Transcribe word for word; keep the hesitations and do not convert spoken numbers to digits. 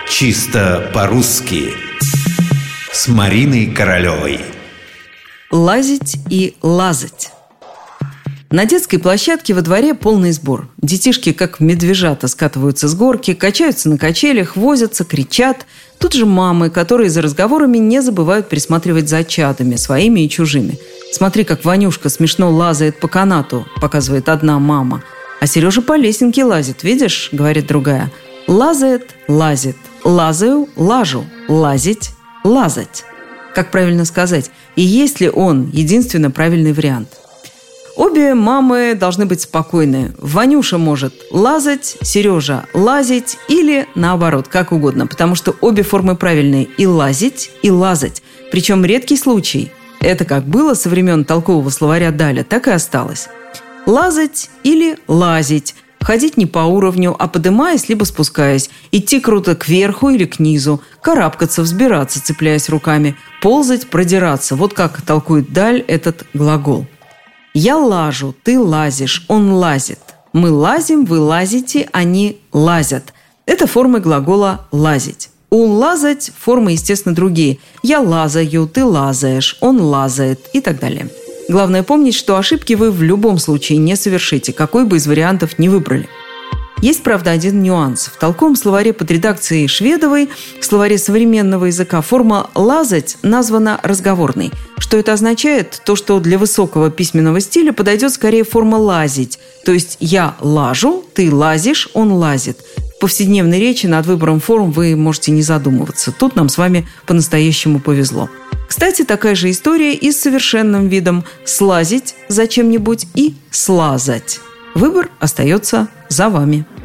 Чисто по-русски с Мариной Королевой. Лазить и лазать. На детской площадке во дворе полный сбор. Детишки, как медвежата, скатываются с горки, качаются на качелях, возятся, кричат. Тут же мамы, которые за разговорами не забывают присматривать за чадами, своими и чужими. «Смотри, как Ванюшка смешно лазает по канату», – показывает одна мама. «А Сережа по лесенке лазит, видишь?» – говорит другая. «Лазает, лазит, лазаю, лажу, лазить, лазать». Как правильно сказать? И есть ли он единственно правильный вариант? Обе мамы должны быть спокойны. Ванюша может лазать, Сережа лазить или наоборот, как угодно. Потому что обе формы правильные – и лазить, и лазать. Причем редкий случай. Это как было со времен толкового словаря Даля, так и осталось. Лазать или лазить. Ходить не по уровню, а подымаясь либо спускаясь. Идти круто кверху или к низу. Карабкаться, взбираться, цепляясь руками. Ползать, продираться. Вот как толкует Даль этот глагол. «Я лажу, ты лазишь, он лазит». Мы лазим, вы лазите, они лазят. Это формы глагола «лазить». У «лазать» формы, естественно, другие. «Я лазаю, ты лазаешь, он лазает» и так далее. Главное помнить, что ошибки вы в любом случае не совершите, какой бы из вариантов ни выбрали. Есть, правда, один нюанс. В толковом словаре под редакцией Шведовой, в словаре современного языка, форма «лазать» названа разговорной. Что это означает? То, что для высокого письменного стиля подойдет скорее форма «лазить». То есть «я лажу, ты лазишь, он лазит». В повседневной речи над выбором форм вы можете не задумываться. Тут нам с вами по-настоящему повезло. Кстати, такая же история и с совершенным видом «слазить» за чем-нибудь и «слазать». Выбор остается за вами.